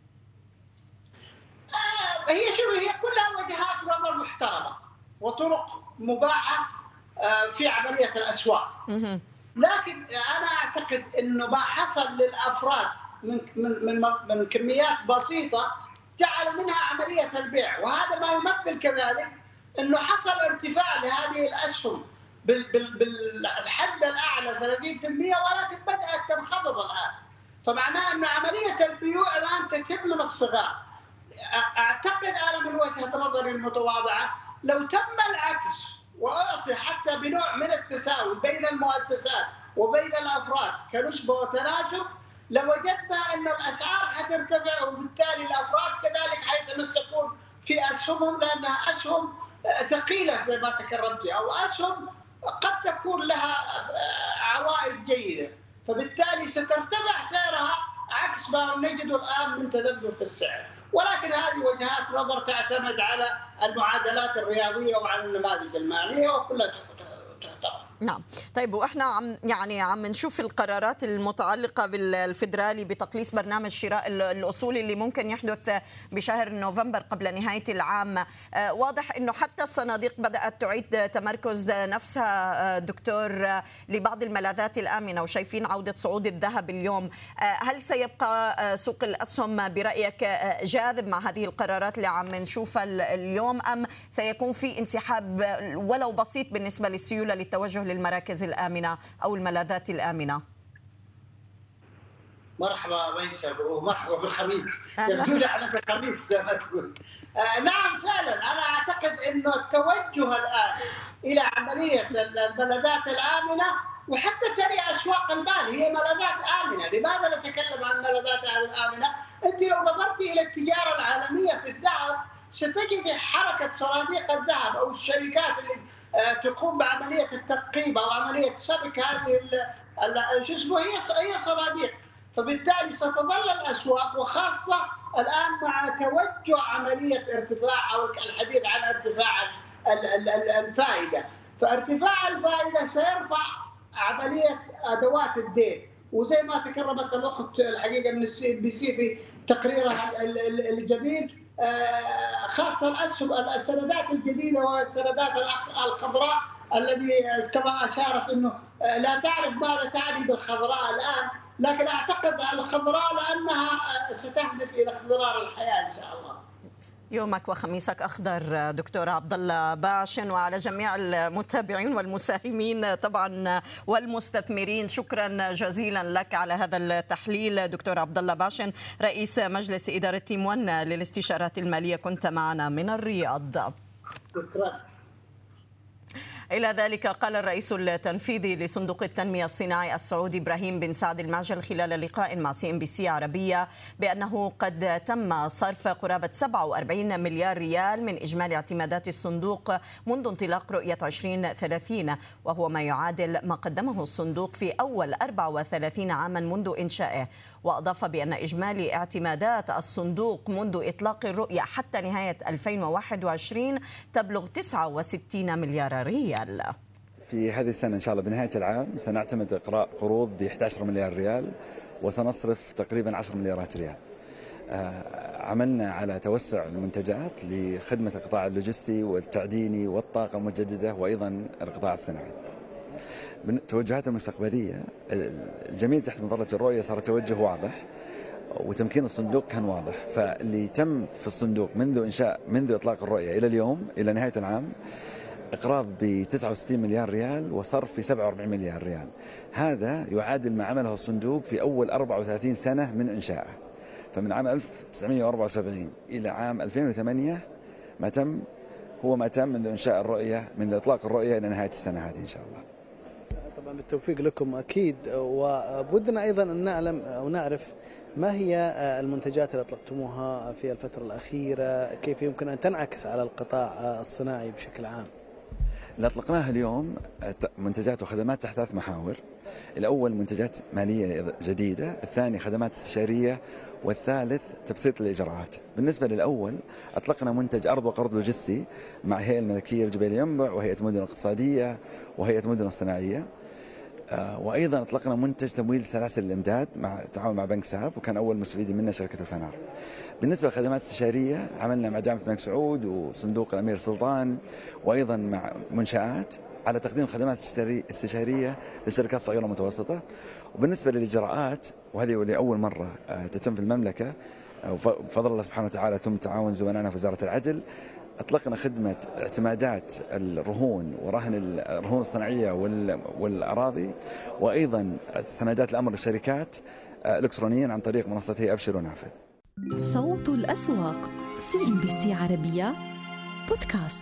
هي كلها وجهات نظر محترمه وطرق مباحه في عمليه الاسواق، لكن انا اعتقد انه ما حصل للافراد من كميات بسيطه جعل منها عمليه البيع، وهذا ما يمثل كذلك انه حصل ارتفاع لهذه الاسهم بالحد الاعلى 30%، ولكن بدات تنخفض الان، فمعناه ان عمليه البيوع الان تتم من الصغار. اعتقد انا من وجهه نظري المتواضعه لو تم العكس واعطي حتى بنوع من التساوي بين المؤسسات وبين الافراد كنسبه وتناسب، لوجدنا ان الاسعار حترتفع، وبالتالي الافراد كذلك حيتمسكون في اسهمهم لانها اسهم ثقيله زي ما تكرمت، او اسهم قد تكون لها عوائد جيده، فبالتالي سترتفع سعرها عكس ما نجده الان من تذبذب في السعر. ولكن هذه وجهات نظر تعتمد على المعادلات الرياضيه وعلى النماذج الماليه، وكلها تحترم. نعم. طيب، واحنا عم نشوف القرارات المتعلقه بالفدرالي بتقليص برنامج شراء الاصول اللي ممكن يحدث بشهر نوفمبر قبل نهايه العام. واضح انه حتى الصناديق بدات تعيد تمركز نفسها دكتور لبعض الملاذات الامنه، وشايفين عوده صعود الذهب اليوم. هل سيبقى سوق الاسهم برايك جاذب مع هذه القرارات اللي عم نشوفها اليوم، ام سيكون في انسحاب ولو بسيط بالنسبه للسيوله للتوجه للمراكز الآمنة أو الملاذات الآمنة؟ مرحبا ميسر، ومرحبا بالخميس. يبدو لي احنا في الخميس زي ما تقول. نعم فعلا، انا اعتقد انه التوجه الان الى عمليه الملاذات الامنه، وحتى ترى اسواق المال هي ملاذات امنه. لماذا نتكلم عن ملاذات امنه؟ انت لو نظرتي الى التجاره العالميه في الذهب ستجد حركه صناديق الذهب او الشركات اللي تقوم بعمليه التثقيب او عمليه سبك هذه هي صناديق، فبالتالي ستظل الاسواق، وخاصه الان مع توجه عمليه ارتفاع او الحديث عن ارتفاع الفائده، فارتفاع الفائده سيرفع عمليه ادوات الدين، وزي ما تكرمت الاخت الحقيقه من CNBC في تقريرها الجميل، خاصه السندات الجديده والسندات الخضراء الذي كما اشارت انه لا تعرف ماذا تعني بالخضراء الان، لكن اعتقد الخضراء لانها ستهدف الى اخضرار الحياه ان شاء الله. يومك وخميسك أخضر دكتور عبد الله باشن، وعلى جميع المتابعين والمساهمين طبعا والمستثمرين شكرا جزيلا لك على هذا التحليل. دكتور عبد الله باشن، رئيس مجلس إدارة تيم 1 للاستشارات المالية، كنت معنا من الرياض. شكرا. إلى ذلك قال الرئيس التنفيذي لصندوق التنمية الصناعي السعودي إبراهيم بن سعد المعجل خلال لقاء مع CNBC عربية بأنه قد تم صرف قرابة 47 مليار ريال من إجمالي اعتمادات الصندوق منذ انطلاق رؤية 2030، وهو ما يعادل ما قدمه الصندوق في أول 34 عاما منذ إنشائه. وأضاف بأن إجمالي اعتمادات الصندوق منذ إطلاق الرؤية حتى نهاية 2021 تبلغ 69 مليار ريال. في هذه السنة إن شاء الله بنهاية العام سنعتمد إقراء قروض ب 11 مليار ريال، وسنصرف تقريبا 10 مليارات ريال. عملنا على توسع المنتجات لخدمة القطاع اللوجستي والتعديني والطاقة المجددة وأيضا القطاع الصناعي. التوجهات المستقبلية الجميل تحت مظلة الرؤية صار توجه واضح، وتمكين الصندوق كان واضح. فاللي تم في الصندوق منذ إطلاق الرؤية إلى اليوم إلى نهاية العام إقراض ب 69 مليار ريال وصرف في 47 مليار ريال. هذا يعادل ما عمله الصندوق في أول 34 سنة من إنشائه. فمن عام 1974 إلى عام 2008 ما تم هو ما تم منذ إنشاء الرؤية، منذ إطلاق الرؤية إلى نهاية السنة هذه إن شاء الله. طبعا بالتوفيق لكم أكيد، وبودنا أيضا أن نعلم أو نعرف ما هي المنتجات اللي أطلقتموها في الفترة الأخيرة، كيف يمكن أن تنعكس على القطاع الصناعي بشكل عام؟ اللي أطلقناها اليوم منتجات وخدمات تحت 3 محاور. الأول منتجات مالية جديدة، الثاني خدمات استشارية، والثالث تبسيط الإجراءات. بالنسبة للأول أطلقنا منتج أرض وقرض لوجستي مع الهيئة الملكية لجبيل ينبع وهيئة المدن الاقتصادية وهيئة المدن الصناعية، وأيضا أطلقنا منتج تمويل سلاسل الإمداد مع تعاون مع بنك ساب، وكان أول مستفيدين منه شركة الفنار. بالنسبة للخدمات الاستشارية عملنا مع جامعة بنك سعود وصندوق الأمير سلطان وأيضا مع منشآت على تقديم خدمات استشارية للشركات الصغيرة والمتوسطة. وبالنسبة للإجراءات، وهذه لأول مرة تتم في المملكة بفضل الله سبحانه وتعالى ثم تعاون زملائنا في وزارة العدل، أطلقنا خدمة اعتمادات الرهون ورهن الرهون الصناعية والأراضي، وأيضا سندات الأمر للشركات إلكترونيا عن طريق منصة هي أبشر ونافذ. صوت الأسواق CNBC عربية بودكاست.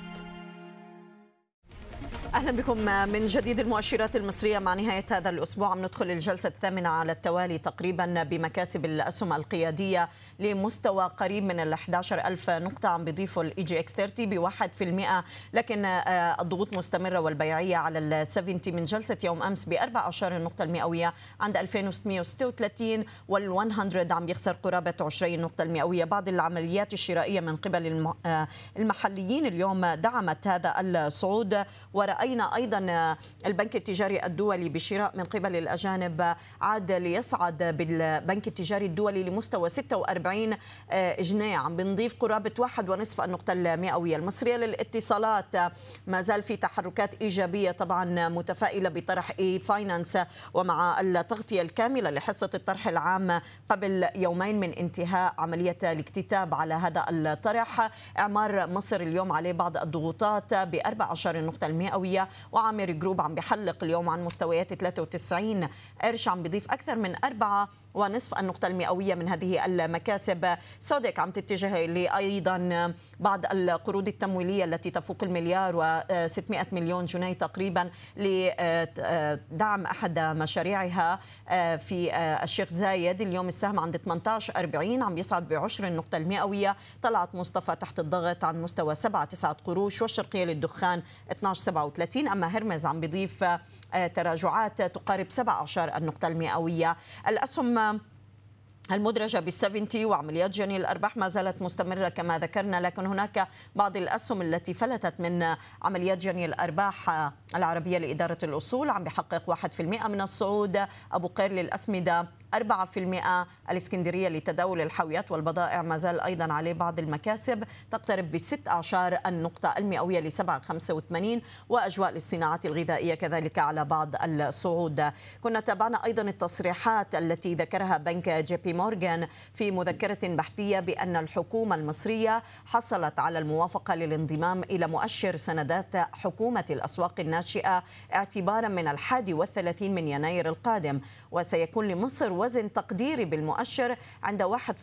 أهلا بكم من جديد. المؤشرات المصرية مع نهاية هذا الأسبوع عم ندخل الجلسة الثامنة على التوالي تقريبا بمكاسب الأسهم القيادية لمستوى قريب من 11,000 نقطة، عم بيضيفوا الEGX 30 ب1%، لكن الضغوط مستمرة والبيعية على ال70 من جلسة يوم أمس ب14 النقطة المئوية عند 2636، وال100 عم يخسر قرابة 20 نقطة المئوية. بعض العمليات الشرائية من قبل المحليين اليوم دعمت هذا الصعود، ورأينا أيضا البنك التجاري الدولي بشراء من قبل الأجانب عاد ليصعد بالبنك التجاري الدولي لمستوى 46 جنيه، عم بنضيف قرابة 1.5 النقطة المئوية. المصرية للاتصالات ما زال في تحركات إيجابية، طبعا متفائلة بطرح فاينانس ومع التغطية الكاملة لحصة الطرح العام قبل يومين من انتهاء عملية الاكتتاب على هذا الطرح. إعمار مصر اليوم عليه بعض الضغوطات ب14 النقطة المئوية، وعامر جروب عم بيحلق اليوم عن مستويات 93 قرش، عم بيضيف أكثر من 4.5 النقطة المئوية من هذه المكاسب. سودك عم تتجه لأيضا بعض القروض التمويلية التي تفوق 1,600 مليون جنيه تقريبا لدعم أحد مشاريعها في الشيخ زايد. اليوم السهم عند 18.40 عم يصعد بعشر النقطة المئوية. طلعت مصطفى تحت الضغط عن مستوى 7.9 قروش، والشرقية للدخان 12.37. أما هرمز عم بيضيف تراجعات تقارب 17 النقطة المئوية. الأسهم المدرجة بال70 وعمليات جني الأرباح ما زالت مستمرة كما ذكرنا، لكن هناك بعض الأسهم التي فلتت من عمليات جني الأرباح. العربية لإدارة الأصول عم بيحقق 1% من الصعود، أبو قير للأسمدة 4%، الإسكندرية لتداول الحاويات والبضائع ما زال أيضا عليه بعض المكاسب تقترب ب16 النقطة المئوية ل7.85، وأجواء للصناعات الغذائية كذلك على بعض الصعود. كنا تابعنا أيضا التصريحات التي ذكرها بنك جي بي مورغان في مذكرة بحثية بأن الحكومة المصرية حصلت على الموافقة للانضمام إلى مؤشر سندات حكومة الأسواق الناشئة اعتبارا من 31 من يناير القادم، وسيكون لمصر وزن تقديري بالمؤشر عند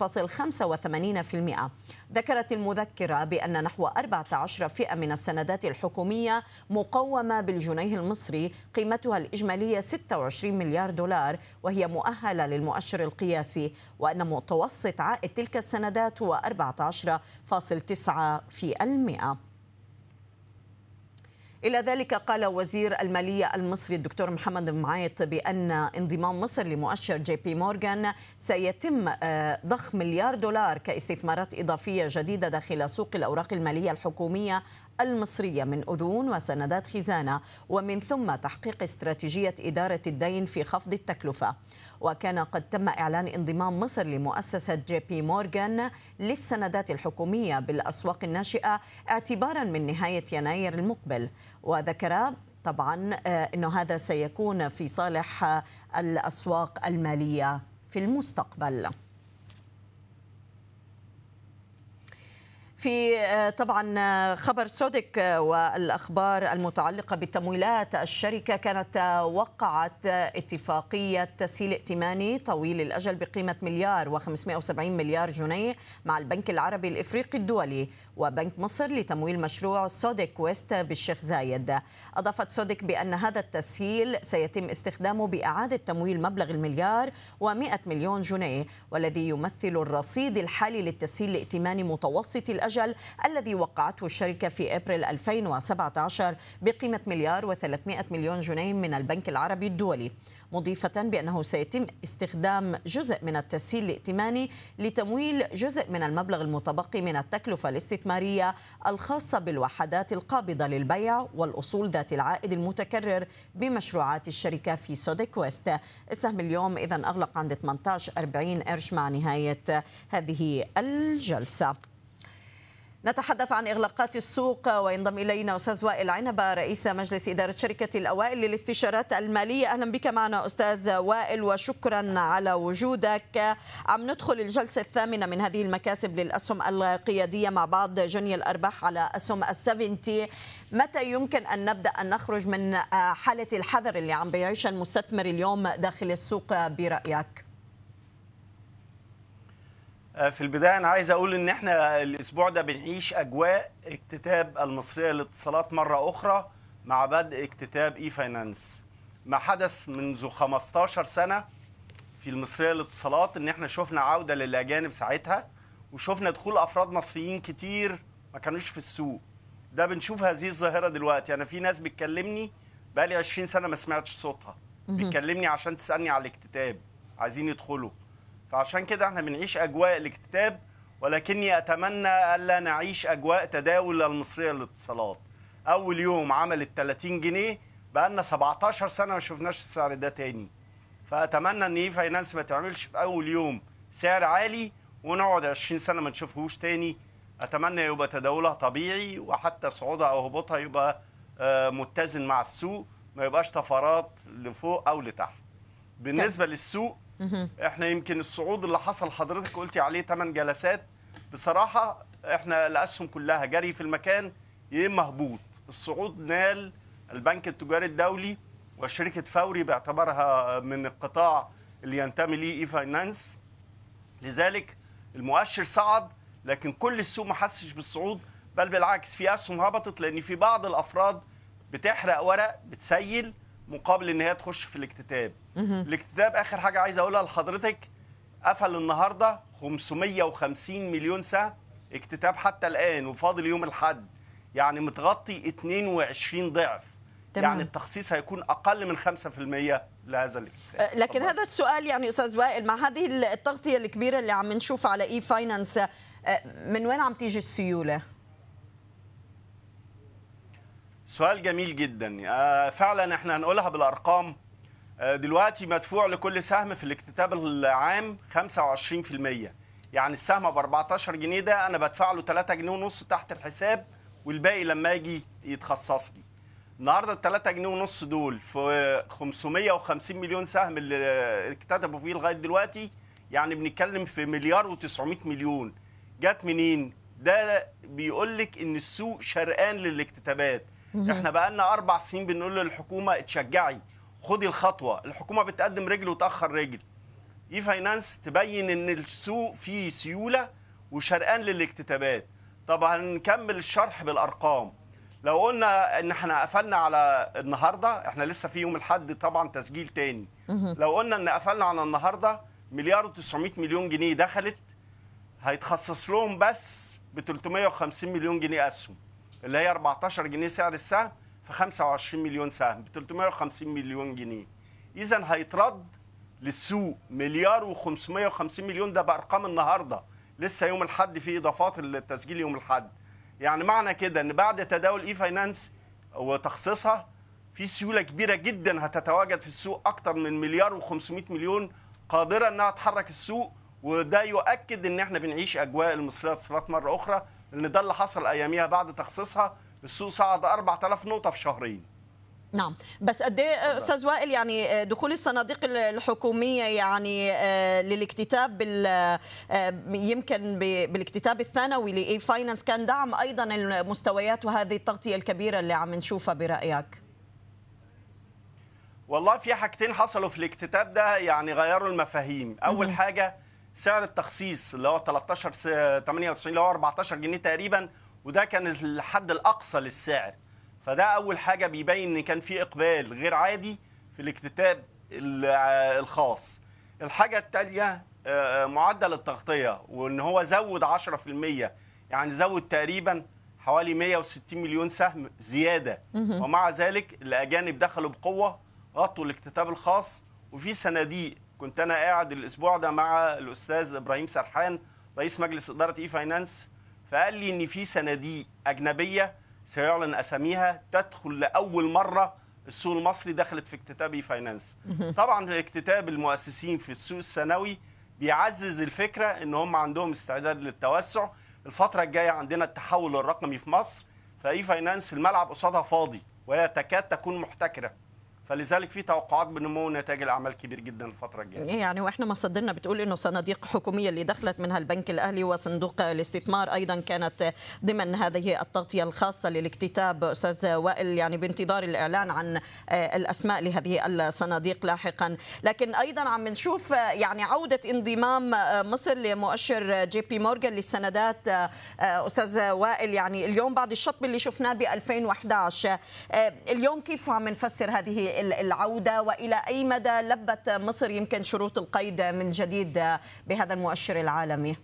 1.85%. ذكرت المذكرة بأن نحو 14 فئة من السندات الحكومية مقومة بالجنيه المصري قيمتها الإجمالية 26 مليار دولار، وهي مؤهلة للمؤشر القياسي، وأن متوسط عائد تلك السندات هو 14.9%. إلى ذلك قال وزير المالية المصري الدكتور محمد معايط بأن انضمام مصر لمؤشر جي بي مورغان سيتم ضخ مليار دولار كاستثمارات إضافية جديدة داخل سوق الأوراق المالية الحكومية المصرية من أذون وسندات خزانة، ومن ثم تحقيق استراتيجية إدارة الدين في خفض التكلفة. وكان قد تم إعلان انضمام مصر لمؤسسة جي بي مورغان للسندات الحكومية بالأسواق الناشئة اعتبارا من نهاية يناير المقبل، وذكر طبعا أنه هذا سيكون في صالح الأسواق المالية في المستقبل. في طبعا خبر سودك والأخبار المتعلقة بالتمويلات، الشركة كانت وقعت اتفاقية تسهيل ائتماني طويل الأجل بقيمة 1,570 مليار جنيه مع البنك العربي الإفريقي الدولي، وبنك مصر لتمويل مشروع سودك ويست بالشيخ زايد. أضافت سودك بأن هذا التسهيل سيتم استخدامه بإعادة تمويل مبلغ $1,100 مليون جنيه، والذي يمثل الرصيد الحالي للتسهيل الائتماني متوسط الأجل الذي وقعته الشركة في أبريل 2017 بقيمة $1,300 مليون جنيه من البنك العربي الدولي، مضيفة بأنه سيتم استخدام جزء من التسهيل الائتماني لتمويل جزء من المبلغ المتبقي من التكلفة الاستثمارية الخاصة بالوحدات القابضة للبيع والأصول ذات العائد المتكرر بمشروعات الشركة في سودك ويست. السهم اليوم إذن أغلق عند 18.40 قرش مع نهاية هذه الجلسة. نتحدث عن إغلاقات السوق وينضم إلينا أستاذ وائل عنبة رئيس مجلس إدارة شركة الأوائل للاستشارات المالية. أهلا بك معنا أستاذ وائل وشكرا على وجودك. عم ندخل الجلسة الثامنة من هذه المكاسب للأسهم القيادية مع بعض جني الأرباح على أسهم ال70. متى يمكن أن نبدأ أن نخرج من حالة الحذر اللي عم بيعيشها المستثمر اليوم داخل السوق برأيك؟ في البداية أنا عايز أقول إن إحنا الأسبوع ده بنعيش أجواء اكتتاب المصرية للاتصالات مرة أخرى مع بدء اكتتاب إي فاينانس. ما حدث منذ 15 سنة في المصرية للاتصالات إن إحنا شفنا عودة للأجانب ساعتها، وشفنا دخول أفراد مصريين كتير ما كانوش في السوق. ده بنشوف هذه الظاهرة دلوقتي. أنا في ناس بتكلمني بقالي 20 سنة ما سمعتش صوتها، بتكلمني عشان تسألني على الاكتتاب، عايزين يدخلوا. فعشان كده احنا بنعيش أجواء الاكتتاب، ولكني أتمنى ألا نعيش أجواء تداول المصرية للاتصالات. أول يوم عملت 30 جنيه، بقالنا 17 سنة ما شفناش السعر ده تاني. فأتمنى أن إي فاينانس ما تعملش في أول يوم سعر عالي ونقعد 20 سنة ما نشوفهوش تاني. أتمنى يبقى تداولها طبيعي، وحتى صعودها أو هبوطها يبقى متزن مع السوق، ما يبقاش طفرات لفوق أو لتحت. بالنسبة للسوق، احنا يمكن الصعود اللي حصل حضرتك قلتي عليه 8 جلسات، بصراحة احنا الأسهم كلها جري في المكان يا إما هبوط. الصعود نال البنك التجاري الدولي وشركة فوري باعتبارها من القطاع اللي ينتمي ليه إي فاينانس، لذلك المؤشر صعد، لكن كل السوق ما حسش بالصعود، بل بالعكس في أسهم هبطت، لأن في بعض الأفراد بتحرق ورق بتسيل مقابل ان هي تخش في الاكتتاب. الاكتتاب اخر حاجه عايز اقولها لحضرتك، قفل النهارده 550 مليون سهم اكتتاب حتى الان، وفاضل يوم الاحد، يعني متغطي 22 ضعف. تمام. يعني التخصيص هيكون اقل من 5% لهذا الاكتتاب. لكن هذا السؤال يعني استاذ وائل، مع هذه التغطيه الكبيره اللي عم نشوفها على اي فاينانس، من وين عم تيجي السيوله؟ سؤال جميل جدا. فعلا احنا هنقولها بالارقام. دلوقتي مدفوع لكل سهم في الاكتتاب العام 25%. يعني السهم ب 14 جنيه ده انا بدفع له 3 جنيه ونص تحت الحساب، والباقي لما يجي يتخصص لي. النهارده ال 3 جنيه ونص دول في 550 مليون سهم اللي اكتتبوا فيه لغايه دلوقتي، يعني بنتكلم في $1,900 مليون. جت منين؟ ده بيقول لك ان السوق شرقان للاكتتابات. احنا بقالنا 4 سنين بنقول للحكومه اتشجعي، خدي الخطوه، الحكومه بتقدم رجل وتاخر رجل. اي فاينانس تبين ان السوق فيه سيوله وشرقان للاكتتابات. طب هنكمل الشرح بالارقام. لو قلنا ان احنا قفلنا على النهارده، احنا لسه في يوم الاحد طبعا تسجيل تاني. لو قلنا ان قفلنا على النهارده $1,900 مليون جنيه دخلت، هيتخصص لهم بس ب 350 مليون جنيه اسهم، اللي هي 14 جنيه سعر السهم في 25 مليون سهم ب 350 مليون جنيه. إذا هيترد للسوق $1,550 مليون، ده بأرقام النهارده، لسه يوم الأحد في إضافات التسجيل يوم الأحد. يعني معنى كده إن بعد تداول إي فاينانس وتخصيصها في سيولة كبيرة جدا هتتواجد في السوق، أكتر من $1,500 مليون قادرة إنها تحرك السوق. وده يؤكد إن إحنا بنعيش أجواء المصرية للاتصالات مرة أخرى، لأن ده اللي حصل أياميها بعد تخصيصها. السوق صعد 4000 نقطة في شهرين. نعم، بس قد ايه استاذ وائل يعني دخول الصناديق الحكوميه يعني للاكتتاب يمكن بالاكتتاب الثانوي لاي فاينانس كان دعم ايضا المستويات وهذه التغطيه الكبيره اللي عم نشوفها برايك؟ والله في حاجتين حصلوا في الاكتتاب ده يعني غيروا المفاهيم. اول حاجه سعر التخصيص اللي هو 13.98 اللي هو 14 جنيه تقريبا، وده كان الحد الأقصى للسعر. فده أول حاجة بيبين إن كان في إقبال غير عادي في الاكتتاب الخاص. الحاجة التالية معدل التغطية، وإن هو زود 10%، يعني زود تقريبا حوالي 160 مليون سهم زيادة. ومع ذلك الأجانب دخلوا بقوة غطوا الاكتتاب الخاص. وفي صناديق، كنت أنا قاعد الأسبوع ده مع الأستاذ إبراهيم سرحان رئيس مجلس إدارة إي فاينانس، فقال لي إن في صناديق أجنبية سيعلن أساميها تدخل لأول مرة السوق المصري، دخلت في اكتتاب إي فاينانس. طبعا اكتتاب المؤسسين في السوق السنوي بيعزز الفكرة إن هم عندهم استعداد للتوسع. الفترة الجاية عندنا التحول الرقمي في مصر، فإي فاينانس الملعب قصادها فاضي وهي تكاد تكون محتكرة، فلذلك في توقعات بنمو نتائج الاعمال كبير جدا الفتره الجايه. يعني واحنا مصادرنا بتقول انه صناديق حكوميه اللي دخلت منها البنك الاهلي وصندوق الاستثمار ايضا كانت ضمن هذه التغطيه الخاصه للاكتتاب. استاذ وائل، يعني بانتظار الاعلان عن الاسماء لهذه الصناديق لاحقا، لكن ايضا عم نشوف يعني عوده انضمام مصر لمؤشر جي بي مورغان للسندات. استاذ وائل، يعني اليوم بعد الشطب اللي شفناه ب 2011 اليوم كيف عم نفسر هذه العودة، وإلى أي مدى لبت مصر يمكن شروط القيد من جديد بهذا المؤشر العالمي؟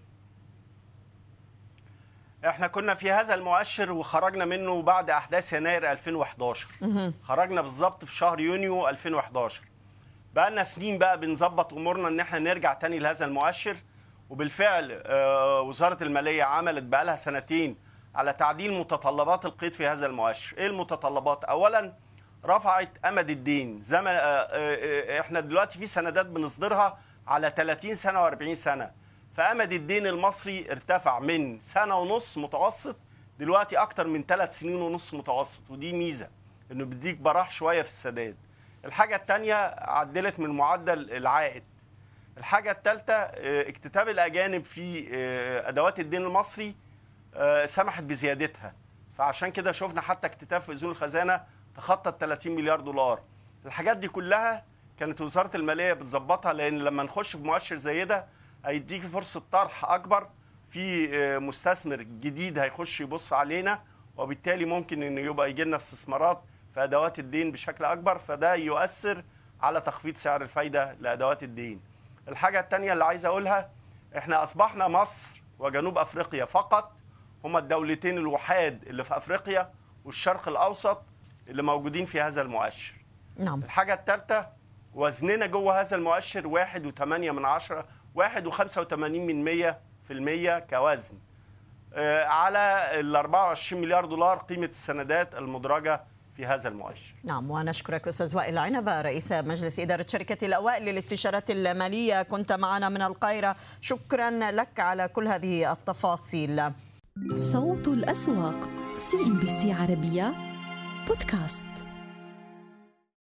احنا كنا في هذا المؤشر وخرجنا منه بعد أحداث يناير 2011. خرجنا بالضبط في شهر يونيو 2011. بقى لنا سنين بقى بنظبط أمورنا إن احنا نرجع تاني لهذا المؤشر، وبالفعل وزارة المالية عملت بقى لها سنتين على تعديل متطلبات القيد في هذا المؤشر. ايه المتطلبات؟ أولا رفعت أمد الدين. زمن احنا دلوقتي في سندات بنصدرها على 30 سنة و40 سنة، فأمد الدين المصري ارتفع من سنة ونص متوسط دلوقتي أكتر من 3 سنين ونص متوسط، ودي ميزة إنه بيديك براح شوية في السداد. الحاجة الثانية عدلت من معدل العائد. الحاجة الثالثة اكتتاب الأجانب في أدوات الدين المصري سمحت بزيادتها، فعشان كده شفنا حتى اكتتاب في أذون الخزانة تخطى 30 مليار دولار. الحاجات دي كلها كانت وزارة المالية بتظبطها، لأن لما نخش في مؤشر زي ده هيديك فرصة طرح أكبر في مستثمر جديد هيخش يبص علينا، وبالتالي ممكن إنه يبقى يجي لنا استثمارات في أدوات الدين بشكل أكبر، فده يؤثر على تخفيض سعر الفايدة لأدوات الدين. الحاجة الثانية اللي عايز أقولها، إحنا أصبحنا مصر وجنوب أفريقيا فقط هما الدولتين الوحيد اللي في أفريقيا والشرق الأوسط اللي موجودين في هذا المؤشر. نعم. الحاجة الثالثة، وزننا جوه هذا المؤشر 1.8 1.85% كوزن على ال 24 مليار دولار قيمة السندات المدرجة في هذا المؤشر. نعم، ونشكرك أستاذ وائل عنبة رئيس مجلس إدارة شركة الأوائل للاستشارات المالية، كنت معنا من القاهرة. شكرا لك على كل هذه التفاصيل. صوت الأسواق، CNBC عربية بودكاست.